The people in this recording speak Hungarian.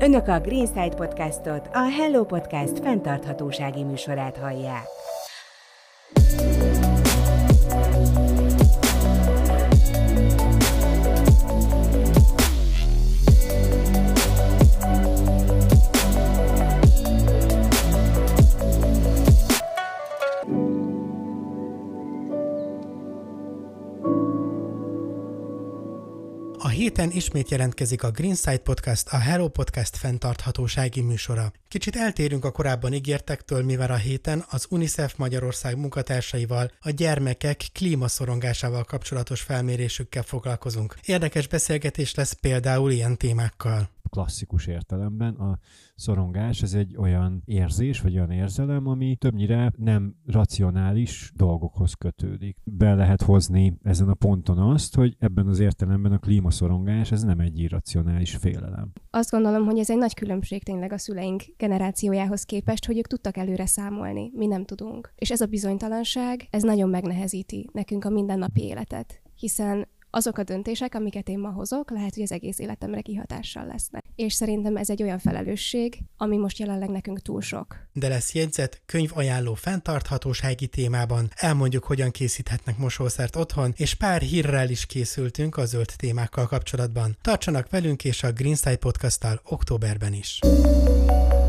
Önök a Greenside Podcastot, a Hello Podcast fenntarthatósági műsorát hallják. A héten ismét jelentkezik a Greenside Podcast, a Hello Podcast fenntarthatósági műsora. Kicsit eltérünk a korábban ígértektől, mivel a héten az UNICEF Magyarország munkatársaival a gyermekek klímaszorongásával kapcsolatos felmérésükkel foglalkozunk. Érdekes beszélgetés lesz például ilyen témákkal. Klasszikus értelemben a szorongás ez egy olyan érzés, vagy olyan érzelem, ami többnyire nem racionális dolgokhoz kötődik. Be lehet hozni ezen a ponton azt, hogy ebben az értelemben a klímaszorongás ez nem egy irracionális félelem. Azt gondolom, hogy ez egy nagy különbség tényleg a szüleink generációjához képest, hogy ők tudtak előre számolni, mi nem tudunk. És ez a bizonytalanság, ez nagyon megnehezíti nekünk a mindennapi életet, hiszen azok a döntések, amiket én ma hozok, lehet, hogy az egész életemre kihatással lesznek. És szerintem ez egy olyan felelősség, ami most jelenleg nekünk túl sok. De lesz jegyzet, könyvajánló fenntarthatósági témában, elmondjuk, hogyan készíthetnek mosószert otthon, és pár hírrel is készültünk a zöld témákkal kapcsolatban. Tartsanak velünk és a Greenside Podcasttal októberben is.